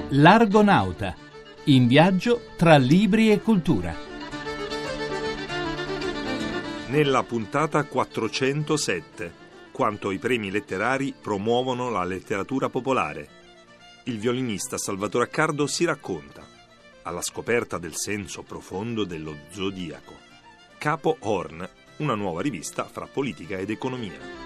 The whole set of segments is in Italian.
L'Argonauta, in viaggio tra libri e cultura. Nella puntata 407, quanto i premi letterari promuovono la letteratura popolare, il violinista Salvatore Accardo si racconta, alla scoperta del senso profondo dello zodiaco. Capo Horn, una nuova rivista fra politica ed economia.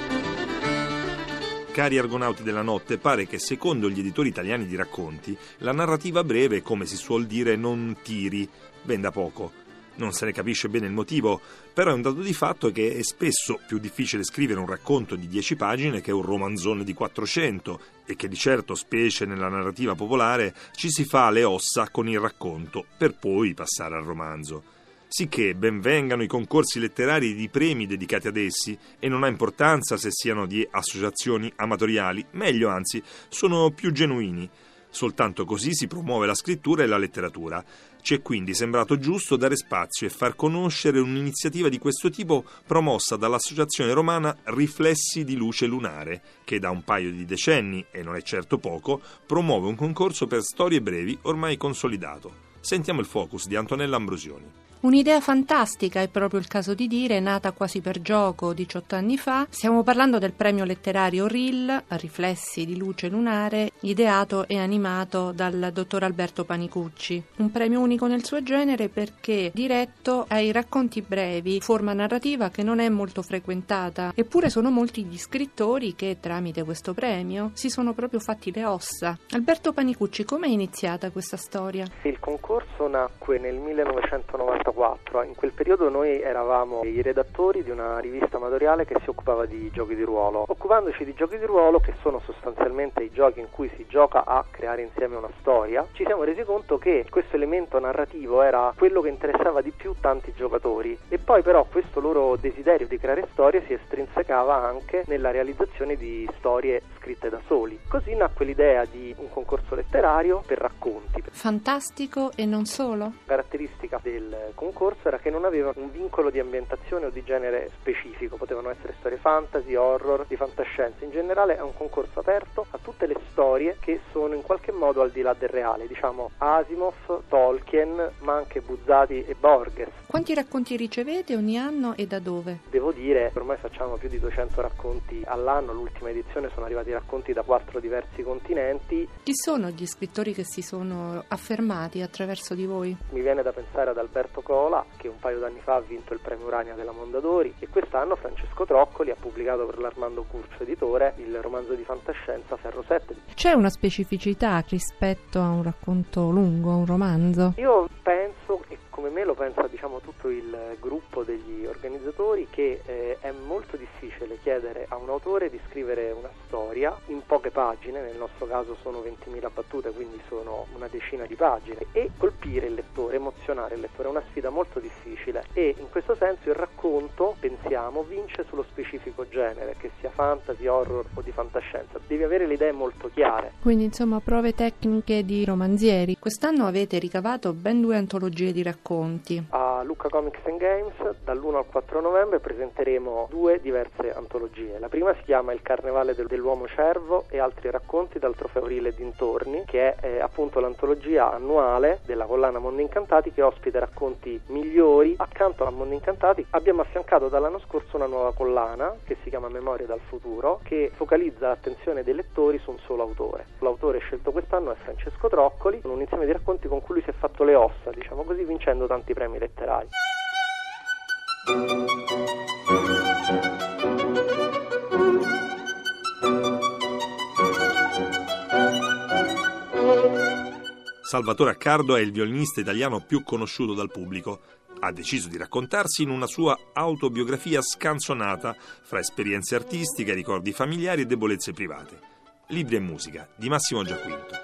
Cari argonauti della notte, pare che secondo gli editori italiani di racconti, la narrativa breve, come si suol dire, non tiri, ben da poco. Non se ne capisce bene il motivo, però è un dato di fatto che è spesso più difficile scrivere un racconto di 10 pagine che un romanzone di 400 e che di certo, specie nella narrativa popolare, ci si fa le ossa con il racconto per poi passare al romanzo. Sicché ben vengano i concorsi letterari di premi dedicati ad essi e non ha importanza se siano di associazioni amatoriali, meglio anzi, sono più genuini. Soltanto così si promuove la scrittura e la letteratura. Ci è quindi sembrato giusto dare spazio e far conoscere un'iniziativa di questo tipo promossa dall'associazione romana Riflessi di Luce Lunare, che da un paio di decenni, e non è certo poco, promuove un concorso per storie brevi ormai consolidato. Sentiamo il focus di Antonella Ambrosioni. Un'idea fantastica, è proprio il caso di dire, nata quasi per gioco 18 anni fa. Stiamo parlando del premio letterario RIL, Riflessi di Luce Lunare, ideato e animato dal dottor Alberto Panicucci. Un premio unico nel suo genere perché diretto ai racconti brevi, forma narrativa che non è molto frequentata, eppure sono molti gli scrittori che tramite questo premio si sono proprio fatti le ossa. Alberto Panicucci, come è iniziata questa storia? Il concorso nacque nel 1994. In quel periodo noi eravamo i redattori di una rivista amatoriale che si occupava di giochi di ruolo. Occupandoci di giochi di ruolo, che sono sostanzialmente i giochi in cui si gioca a creare insieme una storia, ci siamo resi conto che questo elemento narrativo era quello che interessava di più tanti giocatori, e poi però questo loro desiderio di creare storie si estrinsecava anche nella realizzazione di storie scritte da soli. Così nacque l'idea di un concorso letterario per racconti. Fantastico e non solo? Caratteristica del concorso era che non aveva un vincolo di ambientazione o di genere specifico, potevano essere storie fantasy, horror, di fantascienza. In generale è un concorso aperto a tutte le storie che sono in qualche modo al di là del reale, diciamo Asimov, Tolkien, ma anche Buzzati e Borges. Quanti racconti ricevete ogni anno e da dove? Devo dire, ormai facciamo più di 200 racconti all'anno, l'ultima edizione sono arrivati racconti da 4 diversi continenti. Chi sono gli scrittori che si sono affermati attraverso di voi? Mi viene da pensare ad Alberto Cola, che un paio d'anni fa ha vinto il premio Urania della Mondadori, e quest'anno Francesco Troccoli ha pubblicato per l'Armando Curcio editore il romanzo di fantascienza Ferro 7. C'è una specificità rispetto a un racconto lungo, un romanzo? Io penso, e come me lo pensa diciamo tutto il gruppo degli organizzatori, che è molto difficile chiedere a un autore di scrivere una storia in poche pagine, nel nostro caso sono 20.000 battute, quindi sono una decina di pagine, e colpire il lettore, emozionare il lettore. È una sfida molto difficile, e in questo senso il racconto, pensiamo, vince sullo specifico genere, che sia fantasy, horror o di fantascienza. Devi avere le idee molto chiare. Quindi insomma prove tecniche di romanzieri. Quest'anno avete ricavato ben 2 antologie di racconti. A Lucca Comics and Games dall'1 al 4 novembre presenteremo 2 diverse antologie. La prima si chiama Il Carnevale dell'Uomo Cervo e altri racconti dal Trofeo Rile e dintorni, che è appunto l'antologia annuale della collana Mondi Incantati, che ospita racconti migliori. Accanto a Mondi Incantati abbiamo affiancato dall'anno scorso una nuova collana che si chiama Memorie dal Futuro, che focalizza l'attenzione dei lettori su un solo autore. L'autore scelto quest'anno è Francesco Troccoli, con un insieme di racconti con cui lui si è fatto le ossa, diciamo così, vincendo tanti premi letterari. Salvatore Accardo è il violinista italiano più conosciuto dal pubblico. Ha deciso di raccontarsi in una sua autobiografia scanzonata fra esperienze artistiche, ricordi familiari e debolezze private. Libri e musica di Massimo Giaquinto.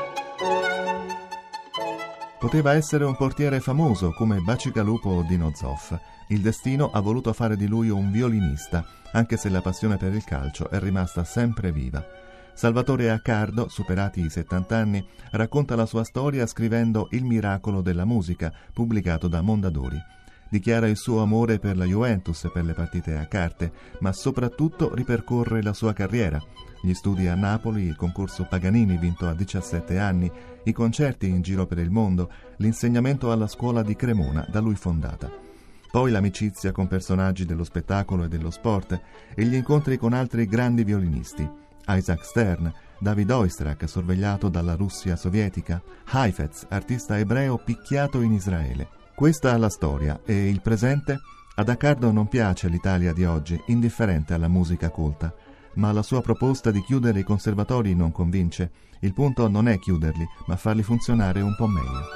Poteva essere un portiere famoso come Bacigalupo o Dino Zoff. Il destino ha voluto fare di lui un violinista, anche se la passione per il calcio è rimasta sempre viva. Salvatore Accardo, superati i 70 anni, racconta la sua storia scrivendo Il miracolo della musica, pubblicato da Mondadori. Dichiara il suo amore per la Juventus e per le partite a carte, ma soprattutto ripercorre la sua carriera. Gli studi a Napoli, il concorso Paganini vinto a 17 anni, i concerti in giro per il mondo, l'insegnamento alla scuola di Cremona da lui fondata. Poi l'amicizia con personaggi dello spettacolo e dello sport e gli incontri con altri grandi violinisti. Isaac Stern, David Oistrakh, sorvegliato dalla Russia sovietica, Heifetz, artista ebreo picchiato in Israele. Questa è la storia e il presente? Ad Accardo non piace l'Italia di oggi, indifferente alla musica colta, ma la sua proposta di chiudere i conservatori non convince. Il punto non è chiuderli, ma farli funzionare un po' meglio.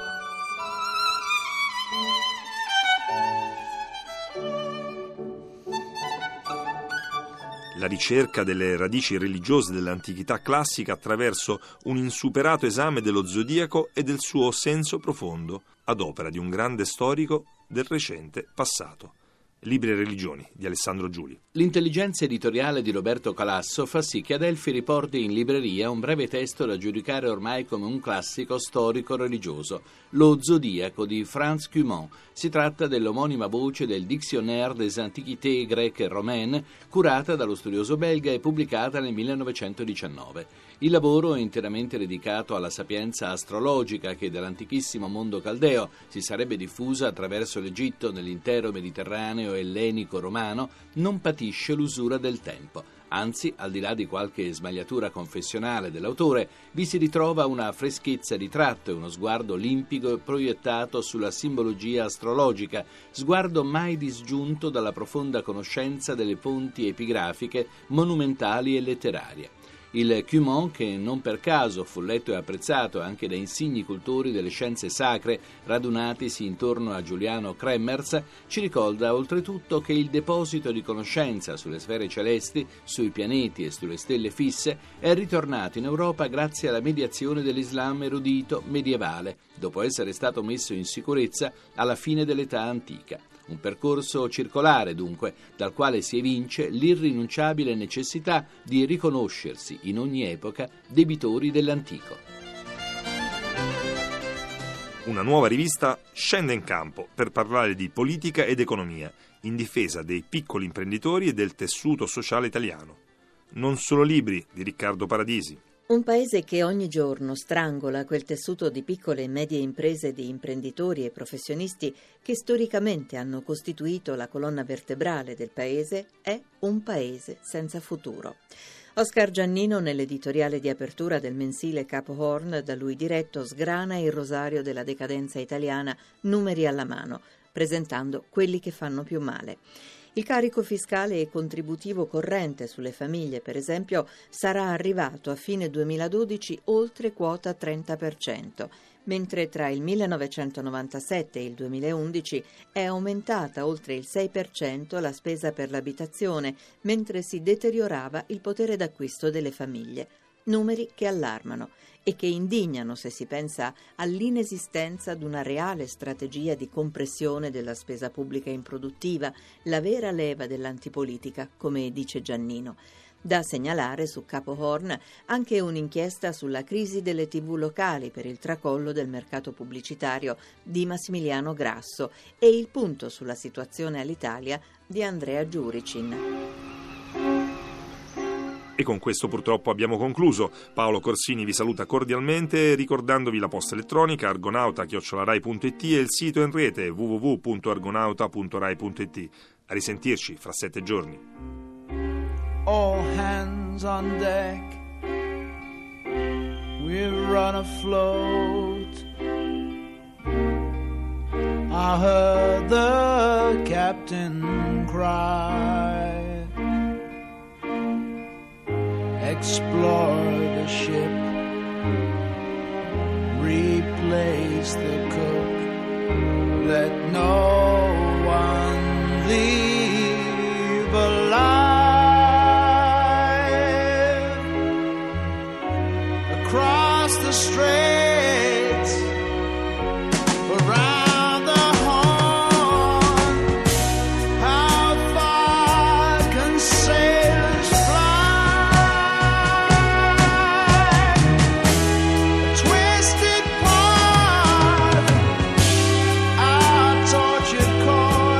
La ricerca delle radici religiose dell'antichità classica attraverso un insuperato esame dello zodiaco e del suo senso profondo, ad opera di un grande storico del recente passato. Libri e religioni di Alessandro Giuli. L'intelligenza editoriale di Roberto Calasso fa sì che Adelphi riporti in libreria un breve testo da giudicare ormai come un classico storico-religioso, Lo Zodiaco di Franz Cumont. Si tratta dell'omonima voce del Dictionnaire des Antiquités grecques et romaines, curata dallo studioso belga e pubblicata nel 1919. Il lavoro è interamente dedicato alla sapienza astrologica che dall'antichissimo mondo caldeo si sarebbe diffusa attraverso l'Egitto nell'intero Mediterraneo ellenico-romano, non patisce l'usura del tempo. Anzi, al di là di qualche smagliatura confessionale dell'autore, vi si ritrova una freschezza di tratto e uno sguardo limpido e proiettato sulla simbologia astrologica, sguardo mai disgiunto dalla profonda conoscenza delle fonti epigrafiche, monumentali e letterarie. Il Cumont, che non per caso fu letto e apprezzato anche da insigni cultori delle scienze sacre radunatisi intorno a Giuliano Kremmerz, ci ricorda oltretutto che il deposito di conoscenza sulle sfere celesti, sui pianeti e sulle stelle fisse è ritornato in Europa grazie alla mediazione dell'Islam erudito medievale, dopo essere stato messo in sicurezza alla fine dell'età antica. Un percorso circolare, dunque, dal quale si evince l'irrinunciabile necessità di riconoscersi in ogni epoca debitori dell'antico. Una nuova rivista scende in campo per parlare di politica ed economia, in difesa dei piccoli imprenditori e del tessuto sociale italiano. Non solo libri di Riccardo Paradisi. Un paese che ogni giorno strangola quel tessuto di piccole e medie imprese di imprenditori e professionisti che storicamente hanno costituito la colonna vertebrale del paese è un paese senza futuro. Oscar Giannino, nell'editoriale di apertura del mensile Capo Horn, da lui diretto, sgrana il rosario della decadenza italiana numeri alla mano, presentando quelli che fanno più male. Il carico fiscale e contributivo corrente sulle famiglie, per esempio, sarà arrivato a fine 2012 oltre quota 30%, mentre tra il 1997 e il 2011 è aumentata oltre il 6% la spesa per l'abitazione, mentre si deteriorava il potere d'acquisto delle famiglie. Numeri che allarmano e che indignano se si pensa all'inesistenza di una reale strategia di compressione della spesa pubblica improduttiva, la vera leva dell'antipolitica, come dice Giannino. Da segnalare su Capo Horn anche un'inchiesta sulla crisi delle TV locali per il tracollo del mercato pubblicitario di Massimiliano Grasso e il punto sulla situazione all'Italia di Andrea Giuricin. E con questo purtroppo abbiamo concluso. Paolo Corsini vi saluta cordialmente ricordandovi la posta elettronica argonauta@rai.it e il sito in rete www.argonauta.rai.it. A risentirci fra 7 giorni. All hands on deck, we'll run afloat. I heard the captain cry, explore the ship, replace the cook, let no one leave alive. Across the straits, around the horn, how far can sailors fly? A twisted part, our tortured core.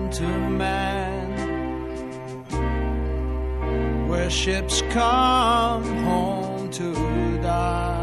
to man, where ships come home to die.